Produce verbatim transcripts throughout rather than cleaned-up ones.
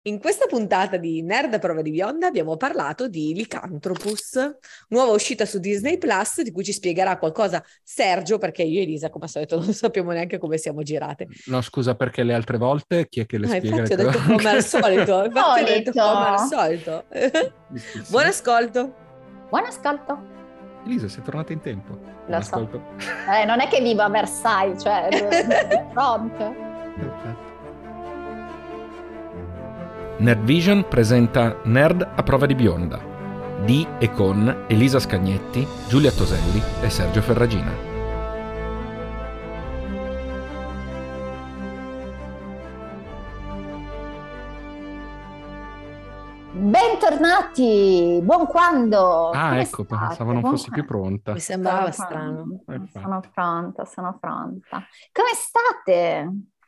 In questa puntata di Nerd a prova di bionda abbiamo parlato di Lycanthropus, nuova uscita su Disney Plus, di cui ci spiegherà qualcosa Sergio, perché io e Elisa, come al solito, non sappiamo neanche come siamo girate. No, scusa, perché le altre volte chi è che le No, spiega? infatti ho detto come al solito, infatti ho detto Solito. come al solito. Buon ascolto. Buon ascolto. Elisa, sei tornata in tempo. Lo Buon so. ascolto. Eh, non è che vivo a Versailles, cioè di fronte. Perfetto. Nerdvision presenta Nerd a prova di bionda di e con Elisa Scagnetti, Giulia Toselli e Sergio Ferragina. Bentornati, buon quando. Ah, Come ecco, state? pensavo non Buon fossi più quando. pronta. Mi sembrava Sono strano. pronta, Sono pronta, sono pronta. Come state?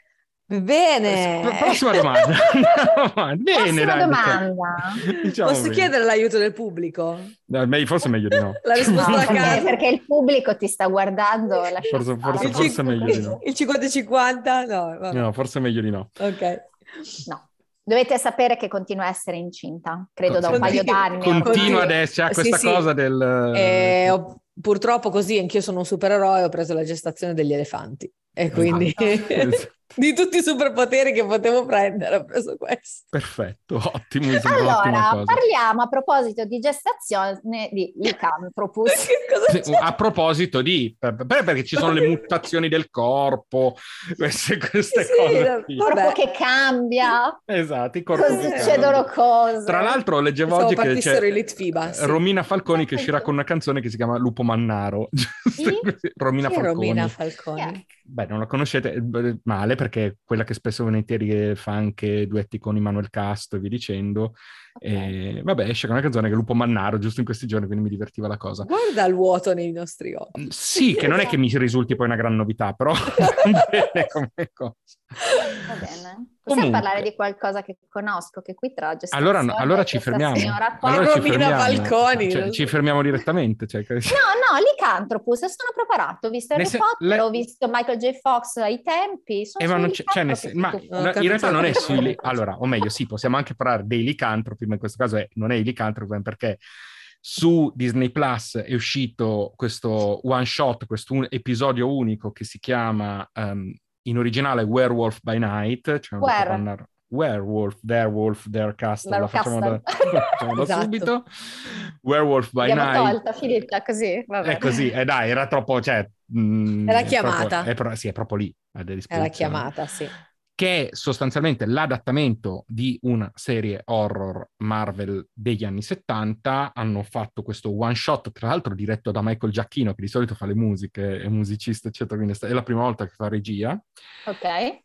Bene. Prossima domanda. Bene, Prossima dai, domanda. diciamo, diciamo Posso bene. chiedere l'aiuto del pubblico? No, meglio- forse è meglio di no. La risposta No, a perché, caso? perché il pubblico ti sta guardando. lascia Forse- stare. forse- Il, forse cin- è meglio di no. il cinquanta cinquanta? No, vabbè. No, forse è meglio di no. Ok. No. Dovete sapere che continua a essere incinta, credo da un Continua- paio d'anni. Continua Continua- adesso, c'è Sì, questa sì. cosa del... Eh, ho- purtroppo così, anch'io sono un supereroe, ho preso la gestazione degli elefanti e quindi Esatto. di tutti i superpoteri che potevo prendere ho preso questo. Perfetto, ottimo, mi sembra un'ottima Allora, cosa. parliamo a proposito di gestazione di Lycanthropus. Che cosa c'è? A proposito di, per- per- perché ci sono le mutazioni del corpo, queste, queste Sì, cose qui. Il corpo Vabbè. che cambia, Esatto, i corpi così che succedono cambiano. cose. Tra l'altro leggevo Pensavo oggi che partissero c'è i Litfiba, sì. Romina Falconi che uscirà con una canzone che si chiama Lupo Mannaro. Giusto Sì? così. Romina Chi è Falconi. Romina Falconi? Beh, non la conoscete eh, male perché è quella che spesso e volentieri fa anche duetti con Immanuel Castro e via dicendo. Ok. E, vabbè, esce con una canzone che è Lupo Mannaro, giusto in questi giorni, quindi mi divertiva la cosa. Guarda il vuoto nei nostri occhi. Sì, che non è che mi risulti poi una gran novità, però bene come cosa. Va bene. Possiamo Comunque. parlare di qualcosa che conosco, che qui tra gestazione Allora, no, allora e ci questa fermiamo. signora qua- Allora ci Romina fermiamo. Falconi, Cioè, non ci so. fermiamo direttamente. Cioè, No, no, Lycanthropus, sono preparato, ho visto Nel Harry sen- Potter, le- ho visto Michael J. Fox ai tempi, sono Eh, ma sui non c'è, cioè, nel sen- licantropi ma su- Ho no, in realtà non è capito. sui... Allora, o meglio, sì, possiamo anche parlare dei licantropi, ma in questo caso è- non è i licantropi, perché su Disney Plus è uscito questo one shot, questo un- episodio unico che si chiama ehm, in originale Werewolf by Night, cioè Where? dopo andare- Werewolf, Werewolf, Their Castle, Their la facciamo da, Castle. la facciamo da Esatto. subito. Werewolf by L'abbiamo Night. tolta, finita così, vabbè. È così, eh, dai, era troppo, cioè... mh, Era è chiamata. proprio- è pro- sì, è proprio lì. a Era disposizione. chiamata, sì. Che è sostanzialmente l'adattamento di una serie horror Marvel degli anni settanta. Hanno fatto questo one shot, tra l'altro diretto da Michael Giacchino, che di solito fa le musiche, è musicista, eccetera, quindi è la prima volta che fa regia. Ok.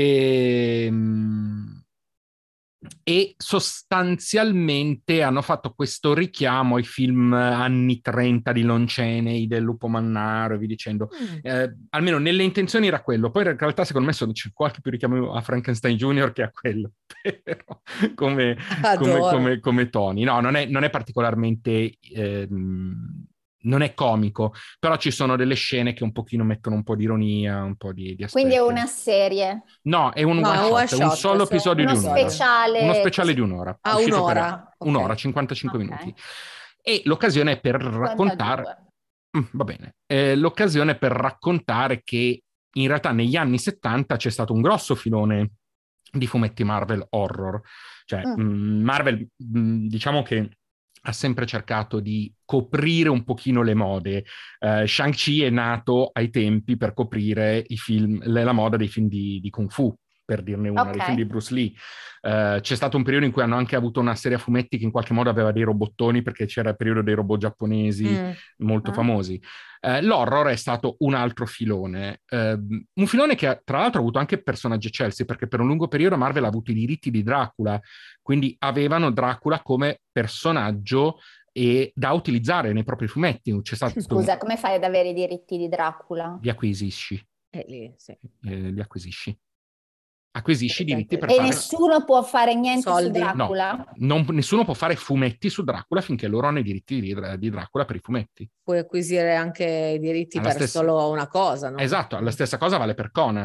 E, e sostanzialmente hanno fatto questo richiamo ai film anni trenta di Lon Chaney, del Lupo Mannaro e via dicendo. Mm. Eh, almeno nelle intenzioni era quello, poi in realtà secondo me sono, c'è qualche più richiamo a Frankenstein Junior che a quello, però come, come, Adoro. come, come toni. No, non è, non è particolarmente... ehm, non è comico, però ci sono delle scene che un pochino mettono un po' di ironia, un po' di, di aspetti. Quindi è una serie, No, è un No, one, è un shot, one è un shot, solo sì. episodio uno di un'ora. speciale. Uno speciale così. di un'ora. Ah, uscito un'ora, per ok. un'ora, cinquantacinque Ok. minuti. E l'occasione è per raccontare... cinquantadue. Mm, va bene. Eh, l'occasione è per raccontare che in realtà negli anni settanta c'è stato un grosso filone di fumetti Marvel horror. Cioè, Mm. mh, Marvel, mh, diciamo che ha sempre cercato di coprire un pochino le mode. Uh, Shang-Chi è nato ai tempi per coprire i film, la moda dei film di, di Kung Fu, per dirne una, Ok. dei film di Bruce Lee. Uh, c'è stato un periodo in cui hanno anche avuto una serie a fumetti che in qualche modo aveva dei robottoni, perché c'era il periodo dei robot giapponesi Mm. molto Ah. famosi. Uh, l'horror è stato un altro filone. Uh, un filone che ha, tra l'altro ha avuto anche personaggi eccelsi, perché per un lungo periodo Marvel ha avuto i diritti di Dracula, quindi avevano Dracula come personaggio e da utilizzare nei propri fumetti. C'è stato... Scusa, come fai ad avere i diritti di Dracula? Li acquisisci. È lì, sì. Eh, li acquisisci. Acquisisci i diritti per E fare... nessuno può fare niente Soldi. su Dracula? No, non, nessuno può fare fumetti su Dracula finché loro hanno i diritti di, di Dracula per i fumetti. Puoi acquisire anche i diritti Alla per stessa- solo una cosa, no? Esatto, la stessa cosa vale per Conan.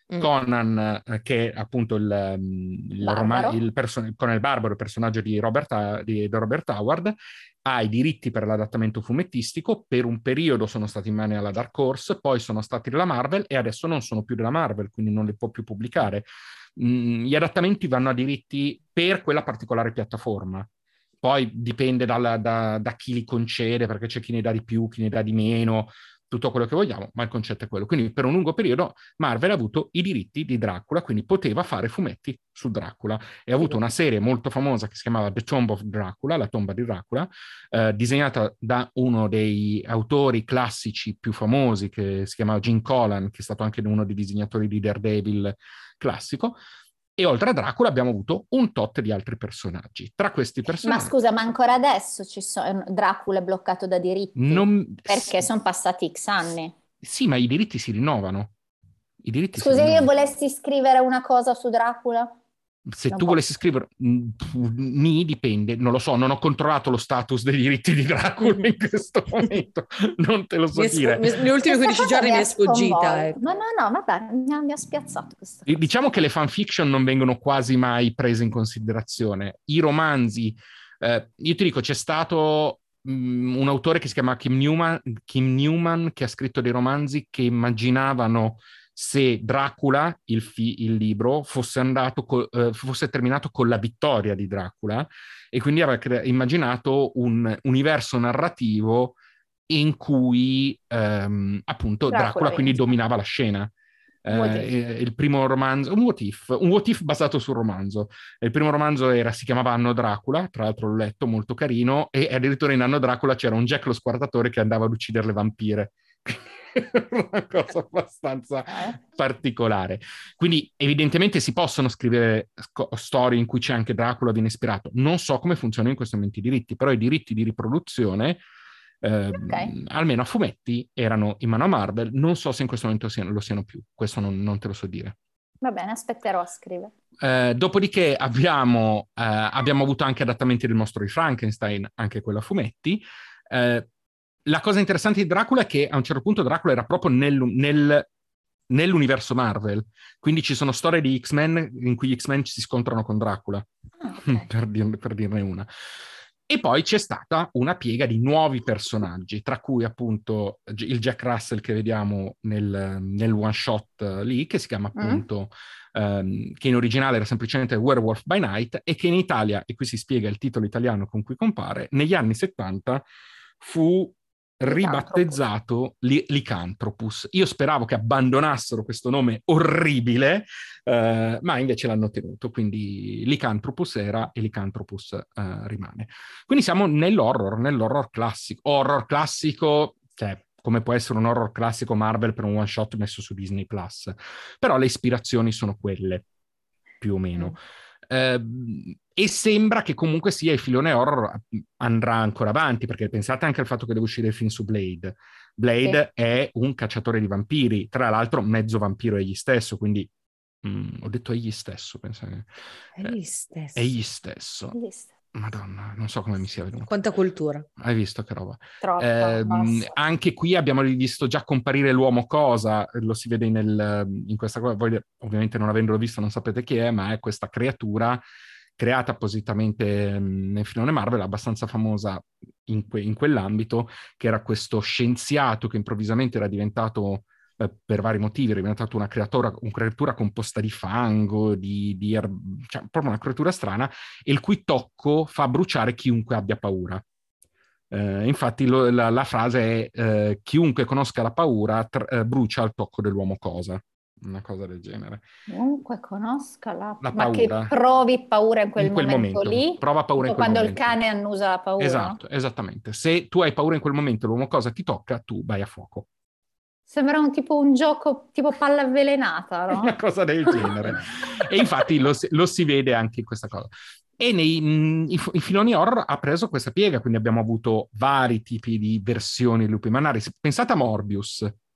Mm. Conan, eh, che è appunto il, il, roma- il, perso- Conan il Barbaro, il personaggio di Robert, di, di Robert Howard, ha i diritti per l'adattamento fumettistico, per un periodo sono stati in mano alla Dark Horse, poi sono stati della Marvel e adesso non sono più della Marvel, quindi non li può più pubblicare. Mm, gli adattamenti vanno a diritti per quella particolare piattaforma. Poi dipende dalla, da, da chi li concede, perché c'è chi ne dà di più, chi ne dà di meno, tutto quello che vogliamo, ma il concetto è quello. Quindi per un lungo periodo Marvel ha avuto i diritti di Dracula, quindi poteva fare fumetti su Dracula e ha avuto una serie molto famosa che si chiamava The Tomb of Dracula, la tomba di Dracula, eh, disegnata da uno dei autori classici più famosi che si chiamava Gene Colan, che è stato anche uno dei disegnatori di Daredevil classico. E oltre a Dracula abbiamo avuto un tot di altri personaggi. Tra questi personaggi... Ma scusa, ma ancora adesso ci sono... Dracula è bloccato da diritti? Non... Perché sì, sono passati X anni. Sì, ma i diritti si rinnovano. I diritti si Scusa, io rinnovano. volessi scrivere una cosa su Dracula? Se Non tu posso. volessi scrivere, mi dipende, non lo so, non ho controllato lo status dei diritti di Dracula in questo momento, non te lo so Mi è dire. sfu- mi- negli ultimi Questa quindici cosa giorni mi ha è sfuggita. sconvolto. Ecco. No, no, no, vabbè, mi ha, mi ha spiazzato questa cosa. Diciamo che le fanfiction non vengono quasi mai prese in considerazione. I romanzi, eh, io ti dico, c'è stato mh, un autore che si chiama Kim Newman, Kim Newman, che ha scritto dei romanzi che immaginavano se Dracula, il, fi- il libro, fosse andato co- eh, fosse terminato con la vittoria di Dracula e quindi aveva cre- immaginato un universo narrativo in cui ehm, appunto Dracula Dracula quindi vince. dominava la scena. What Eh, if? il primo romanzo, un what if, un what if basato sul romanzo. Il primo romanzo era, si chiamava Anno Dracula, tra l'altro l'ho letto, molto carino, e addirittura in Anno Dracula c'era un Jack lo squartatore che andava ad uccidere le vampire. Una cosa abbastanza Eh? particolare. Quindi evidentemente si possono scrivere sc- storie in cui c'è anche Dracula viene ispirato. Non so come funzionano in questo momento i diritti, però i diritti di riproduzione eh, Ok. almeno a fumetti erano in mano a Marvel, non so se in questo momento siano, lo siano più, questo non, non te lo so dire. Va bene, aspetterò a scrivere. Eh, dopodiché abbiamo, eh, abbiamo avuto anche adattamenti del mostro di Frankenstein, anche quello a fumetti. Eh, la cosa interessante di Dracula è che a un certo punto Dracula era proprio nel, nel, nell'universo Marvel, quindi ci sono storie di X-Men in cui gli X-Men si scontrano con Dracula, Ah, ok. per, dir, per dirne una. E poi c'è stata una piega di nuovi personaggi, tra cui appunto il Jack Russell che vediamo nel, nel one shot lì, che si chiama appunto, mm. ehm, che in originale era semplicemente Werewolf by Night e che in Italia, e qui si spiega il titolo italiano con cui compare, negli anni settanta fu ribattezzato Li- Lycanthropus. Io speravo che abbandonassero questo nome orribile, eh, ma invece l'hanno tenuto, quindi Lycanthropus era e Lycanthropus eh, rimane. Quindi siamo nell'horror, nell'horror classico. Horror classico, cioè come può essere un horror classico Marvel per un one shot messo su Disney Plus, però le ispirazioni sono quelle, più o meno. Mm. Eh, e sembra che comunque sia il filone horror andrà ancora avanti, perché pensate anche al fatto che deve uscire il film su Blade. Blade sì. È un cacciatore di vampiri, tra l'altro mezzo vampiro egli stesso, quindi mh, ho detto egli stesso, pensate. Egli stesso. Egli stesso. Egli stesso. Madonna, non so come mi sia venuto. Quanta cultura. Hai visto che roba? Troppa, eh, anche qui abbiamo visto già comparire l'uomo cosa, lo si vede nel, in questa cosa, voi ovviamente non avendolo visto non sapete chi è, ma è questa creatura creata appositamente nel filone Marvel, abbastanza famosa in, que- in quell'ambito, che era questo scienziato che improvvisamente era diventato, eh, per vari motivi, era diventato una creatura, una creatura composta di fango, di, di er- cioè, proprio una creatura strana, e il cui tocco fa bruciare chiunque abbia paura. Uh, infatti lo, la, la frase è uh, chiunque conosca la paura tr- uh, brucia al tocco dell'uomo cosa, una cosa del genere. Chiunque conosca la, la ma paura. che provi paura in quel, in quel momento, momento lì, prova paura in quel quando momento. Il cane annusa la paura. Esatto, esattamente. Se tu hai paura in quel momento, l'uomo cosa ti tocca, tu vai a fuoco. Sembra un tipo un gioco tipo palla avvelenata, no? Una cosa del genere. E infatti lo, lo si vede anche in questa cosa. E nei mh, i, i filoni horror ha preso questa piega, quindi abbiamo avuto vari tipi di versioni di lupi mannari. Pensate a Morbius,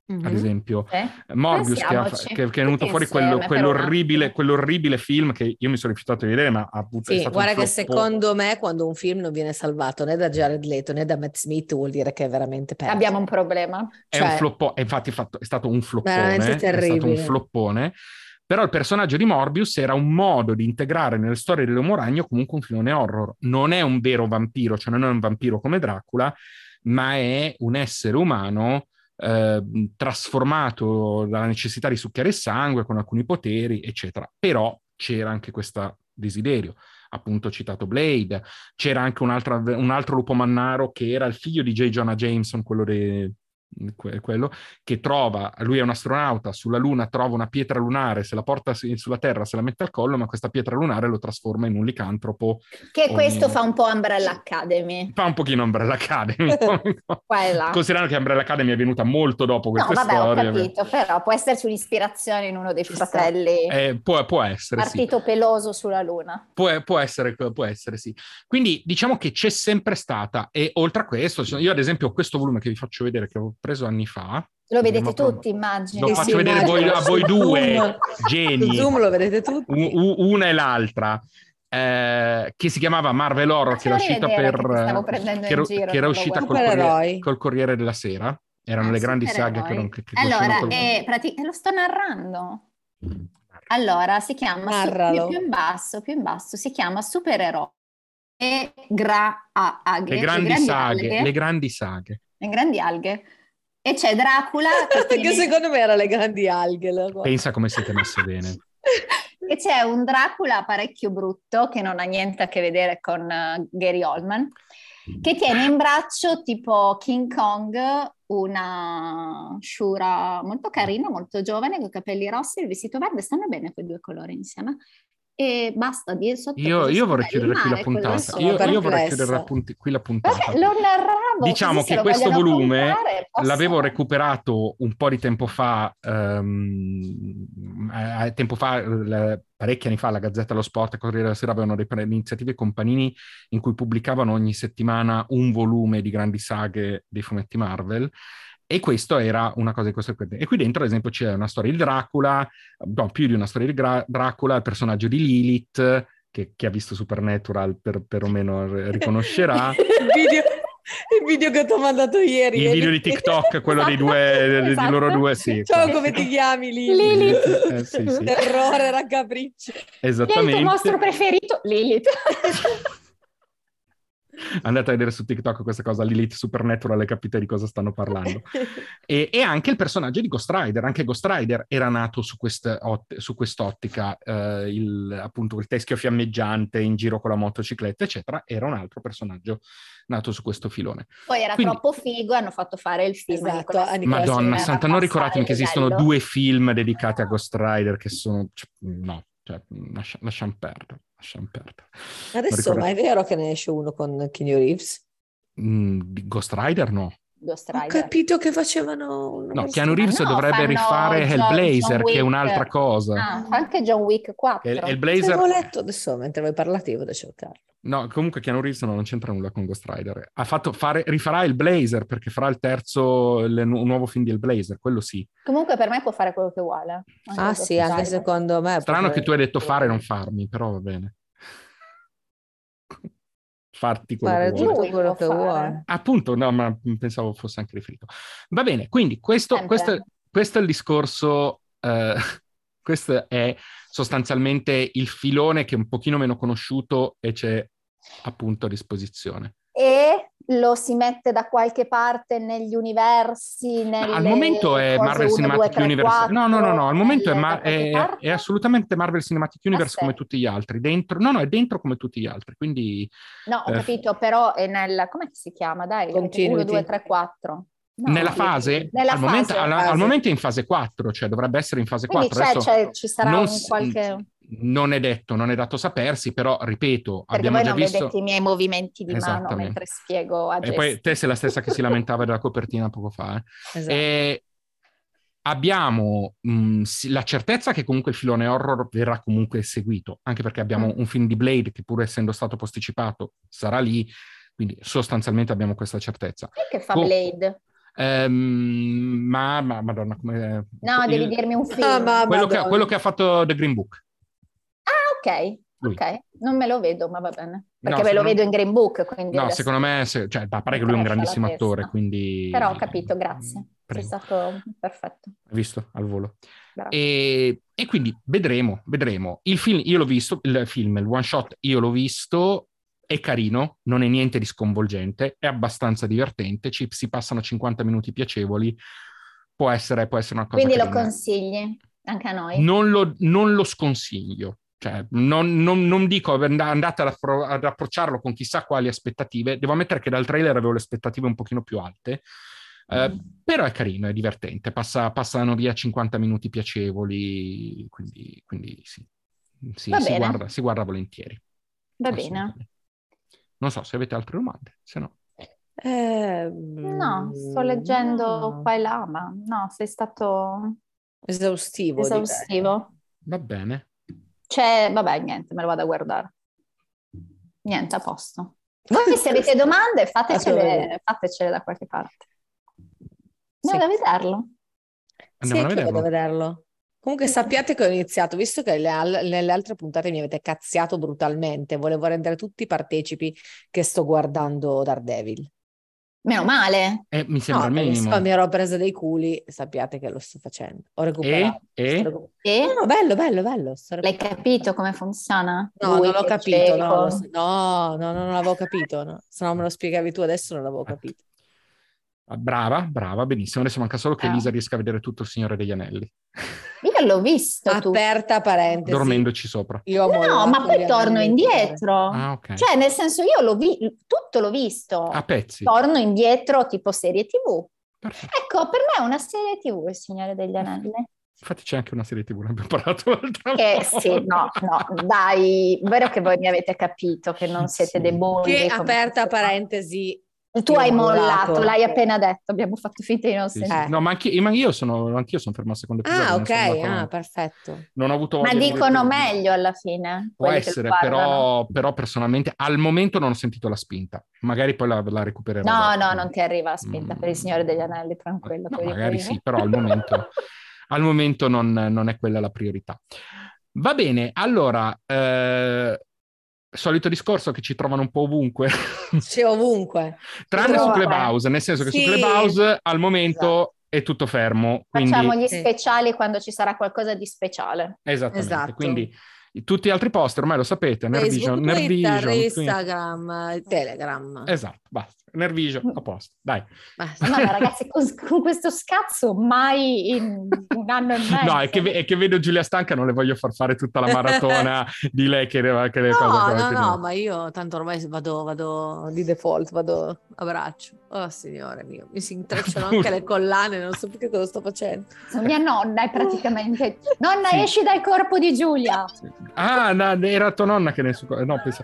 ad Mhm. esempio. Sì. Morbius, che, ha- Pensiamoci. che- che è venuto Tutti fuori insieme quello, per quell'orribile, un attimo. quell'orribile film che io mi sono rifiutato di vedere, ma ha avuto, è Sì, stato un guarda che flop. secondo me quando un film non viene salvato né da Jared Leto né da Matt Smith vuol dire che è veramente perso. Abbiamo un problema. È un Cioè, floppo, è infatti fatto, è stato un veramente floppone, è stato un terribile. floppone, però il personaggio di Morbius era un modo di integrare nelle storie dell'Uomo Ragno comunque un filone horror. Non è un vero vampiro, cioè non è un vampiro come Dracula, ma è un essere umano eh, trasformato dalla necessità di succhiare il sangue con alcuni poteri, eccetera. Però c'era anche questo desiderio. Appunto citato Blade, c'era anche un altro, un altro lupo mannaro che era il figlio di J. Jonah Jameson, quello de, quello che trova, lui è un astronauta, sulla Luna trova una pietra lunare, se la porta sulla Terra se la mette al collo, ma questa pietra lunare lo trasforma in un licantropo. Che o questo un... fa un po' Umbrella Academy. Fa un pochino Umbrella Academy. Quella. Considerando che Umbrella Academy è venuta molto dopo No, queste vabbè, storie. ho capito, però può esserci un'ispirazione in uno dei Ci sta. fratelli. Eh, può, può essere, sì. Partito peloso sulla Luna. Può, può essere, può essere, sì. Quindi diciamo che c'è sempre stata, e oltre a questo, io ad esempio ho questo volume che vi faccio vedere che ho preso anni fa. Lo vedete Vediamo tutti, immagino. Lo Sì, faccio sì, vedere voi, immagino. a voi Su due, Zoom. geni. Su Zoom lo vedete tutti. U- u- una e l'altra. Eh, che si chiamava Marvel Horror, che era uscita vedere per che ti stavo prendendo che era, in giro, che era non lo uscita col guardo. Corriere, Supereroi. col Corriere della Sera. Erano Ah, le grandi saghe che, supereroi. che, che Allora, col... è prati- lo sto narrando. Allora, si chiama su- Narralo. più in basso, più in basso, si chiama Supereroi e gra- a- aghe, le grandi, grandi saghe, alghe, le grandi saghe. le grandi alghe. E c'è Dracula che Che tiene- secondo me era le grandi alghe. la cosa. Pensa come siete messe bene. E c'è un Dracula parecchio brutto che non ha niente a che vedere con uh, Gary Oldman, che tiene in braccio tipo King Kong una sciura molto carina, molto giovane, con i capelli rossi e il vestito verde. Stanno bene quei due colori insieme. E basta dire sotto. Io, cosa io sta vorrei bello, chiudere il qui la mare, quello puntata. sono Io, io vorrei perplessa. chiudere la punti- qui la puntata. Perché lo narravo, Diciamo così se che lo questo vogliono volume comprare, possono. l'avevo recuperato un po' di tempo fa, ehm, eh, tempo fa, eh, parecchi anni fa, la Gazzetta dello Sport e Corriere della Sera avevano delle pre- iniziative con Panini in cui pubblicavano ogni settimana un volume di grandi saghe dei fumetti Marvel. E questo era una cosa di questo. E qui dentro, ad esempio, c'è una storia di Dracula, no, più di una storia di Gra- Dracula, il personaggio di Lilith, che chi ha visto Supernatural per, perlomeno riconoscerà. il, video, il video che ti ho mandato ieri. Il video di TikTok, quello dei due, Esatto. di loro due, sì. Ciao, come ti chiami Lili? Lilith. Eh, sì, sì. Terrore, raccapriccio. Chi è il Esattamente. tuo mostro preferito? Lilith. Andate a vedere su TikTok questa cosa, Lilith Supernatural, e capite di cosa stanno parlando. E, e anche il personaggio di Ghost Rider, anche Ghost Rider era nato su, quest, su quest'ottica, eh, il, appunto il teschio fiammeggiante in giro con la motocicletta, eccetera, era un altro personaggio nato su questo filone. Poi era Quindi, troppo figo e hanno fatto fare il film. Esatto, a Nicolas a Nicolas Cage Madonna per santa, non abbassare ricordatemi che il esistono livello. due film dedicati a Ghost Rider che sono... Cioè, no, cioè, lascia, lasciamo perdere. Lasciamo perdere. Adesso, ma è vero che ne esce uno con Keanu Reeves? Mm, di Ghost Rider no. Ghost Ho Rider. capito che facevano una No, versione- Keanu Reeves no, dovrebbe fanno rifare John- Hellblazer, John che è Wick. un'altra cosa. Ah, fa anche John Wick quattro. Hell- Avevo Hellblazer... letto adesso, mentre voi parlate, io vado a cercarlo. No, comunque Keanu Reeves non c'entra nulla con Ghost Rider. Ha fatto fare, rifarà il Blazer perché farà il terzo, il nu- nuovo film di Hellblazer, quello sì. Comunque per me può fare quello che vuole. Anche Ah Ghost sì, anche Rider. secondo me. Strano che tu hai detto fare e non farmi, però va bene. Farti quello fare che vuoi. tutto Lui quello può che fare. vuoi. Appunto, no, ma pensavo fosse anche riferito. Va bene, quindi questo, Sempre. questo, questo è il discorso, eh, questo è sostanzialmente il filone che è un pochino meno conosciuto e c'è appunto a disposizione. E lo si mette da qualche parte negli universi, nelle Al momento è cose Marvel uno, Cinematic due, tre, Universe. quattro, No, no, no, no, al momento è, nelle- ma- da qualche è- parte? è assolutamente Marvel Cinematic Universe sì. come tutti gli altri. Dentro, no, no, è dentro come tutti gli altri. Quindi No, ho eh, capito, però è nel... Come si chiama? Dai, Continuity. uno, due, tre, quattro. No, nella fase, Nella al, fase. momento, al- al Fase. momento è in fase quattro, cioè dovrebbe essere in fase Quindi quattro. c'è, Adesso c'è- ci sarà non un s- qualche... non è detto, non è dato sapersi, però ripeto, Perché abbiamo voi già non visto. vedete i miei movimenti di mano Esattamente. mentre spiego a E poi gesti. te sei la stessa che si lamentava della copertina poco fa. eh. Esatto. E abbiamo mh, sì, la certezza che comunque il filone horror verrà comunque seguito, anche perché abbiamo Mm. un film di Blade che, pur essendo stato posticipato, sarà lì, quindi sostanzialmente abbiamo questa certezza. Chi è che fa Co- Blade? Um, ma, ma madonna come no il, devi dirmi un film ah, ma, quello, che, quello che ha fatto The Green Book. Ah, ok, Lui. ok, non me lo vedo, ma va bene, perché No, me lo secondo... vedo in Green Book, quindi no, adesso... secondo me se... cioè, a parte che lui è un grandissimo attore, quindi però ho capito, grazie. Prego. Sei stato perfetto. Hai visto al volo. Grazie. E, e quindi vedremo, vedremo. Il film io l'ho visto, il film, il one shot io l'ho visto, è carino, non è niente di sconvolgente, è abbastanza divertente, ci si passano cinquanta minuti piacevoli, può essere, può essere una cosa quindi carina. Lo consigli anche a noi? Non lo, non lo sconsiglio. Cioè, non, non, non dico andate ad, appro- ad approcciarlo con chissà quali aspettative. Devo ammettere che dal trailer avevo le aspettative un pochino più alte, eh, mm. però è carino, è divertente, Passa, passano via cinquanta minuti piacevoli, quindi, quindi sì, sì si, guarda, si guarda volentieri. Va bene. Non so se avete altre domande, se no. Eh, no, sto leggendo no. qua e là, ma no, sei stato esaustivo. Esaustivo. Va bene. C'è, vabbè, niente, me lo vado a guardare. Niente, a posto. Voi se avete domande fatecele, fatecele da qualche parte. Andiamo sì. a vederlo. Andiamo sì, a vederlo. Vado a vederlo. Comunque sappiate che ho iniziato, visto che le, nelle altre puntate mi avete cazziato brutalmente, volevo rendere tutti partecipi che sto guardando Daredevil. Meno male. Eh, mi sembra no, il minimo. Se mi ero presa dei culi, sappiate che lo sto facendo. Ho recuperato. E? E? Recu- e? No, no, bello, bello, bello. L'hai capito come funziona? No, Lui non l'ho capito. No, lo, no, no, no, non l'avevo capito. No. Se non me lo spiegavi tu adesso non l'avevo capito. Brava, brava, benissimo. Adesso manca solo che ah. Elisa riesca a vedere tutto il Signore degli Anelli. Io l'ho visto. Aperta tutto. parentesi. Dormendoci sopra. Io no, ma poi torno indietro. Ah, okay. Cioè, nel senso, io l'ho vi- tutto l'ho visto. A pezzi. Torno indietro, tipo serie tivù. Perfetto. Ecco, per me è una serie tivù il Signore degli Anelli. Infatti c'è anche una serie tivù, ne abbiamo parlato l'altra che, volta. Sì, no, no, dai, vero che voi mi avete capito che non siete sì. dei bulli. Che, aperta parentesi... Tu hai mollato, mollato, l'hai appena detto, abbiamo fatto finta di non sì, sentire. Sì. No, ma, anche, ma io sono, anch'io sono fermo al secondo episodio. Ah, ok, ah, a... perfetto. Non ho avuto ma dicono meglio alla fine. Può essere, però, però personalmente al momento non ho sentito la spinta. Magari poi la, la recupererò. No, dopo. no, non ti arriva la spinta mm. per il Signore degli Anelli, tranquillo. No, magari sì, però al momento, al momento non, non è quella la priorità. Va bene, allora... Eh... solito discorso che ci trovano un po' ovunque. Sì, ovunque. Tranne su Clubhouse, nel senso che sì. su Clubhouse al momento esatto. è tutto fermo. Quindi... Facciamo gli speciali quando ci sarà qualcosa di speciale. Esattamente, esatto. Quindi tutti gli altri post ormai lo sapete, Facebook, Nerdvision, Twitter, Nerdvision, Instagram, Twitter. Telegram. Esatto, basta. Nerdvision, a posto, dai. Basta. No, ragazzi, con, con questo scazzo mai in un anno e mezzo. No, è che, è che vedo Giulia stanca, non le voglio far fare tutta la maratona di lei che, che le no, cose. No, no, no, ma io tanto ormai vado, vado di default, vado a braccio. Oh, signore mio, mi si intrecciano anche le collane, non so più che cosa sto facendo. Mia nonna è praticamente... Nonna, sì. esci dal corpo di Giulia! Ah, no, era tua nonna che ne su... No, penso...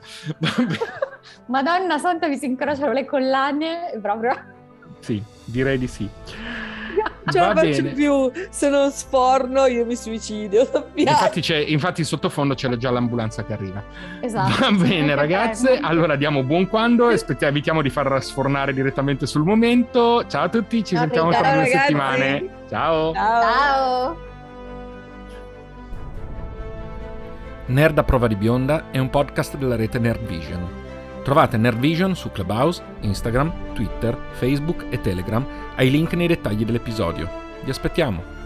Madonna santa, mi si incrociano le collane proprio. Sì, direi di sì. Ce la faccio più, se non sforno io mi suicidio. Infatti, c'è, infatti in sottofondo c'è già l'ambulanza che arriva. Esatto. Va bene ragazze, allora diamo buon quando, evitiamo di far sfornare direttamente sul momento. Ciao a tutti, ci ciao, sentiamo tra due ragazzi. settimane. Ciao. Ciao. Ciao. Nerd a prova di bionda è un podcast della rete Nerdvision. Trovate Nerdvision su Clubhouse, Instagram, Twitter, Facebook e Telegram, ai link nei dettagli dell'episodio. Vi aspettiamo!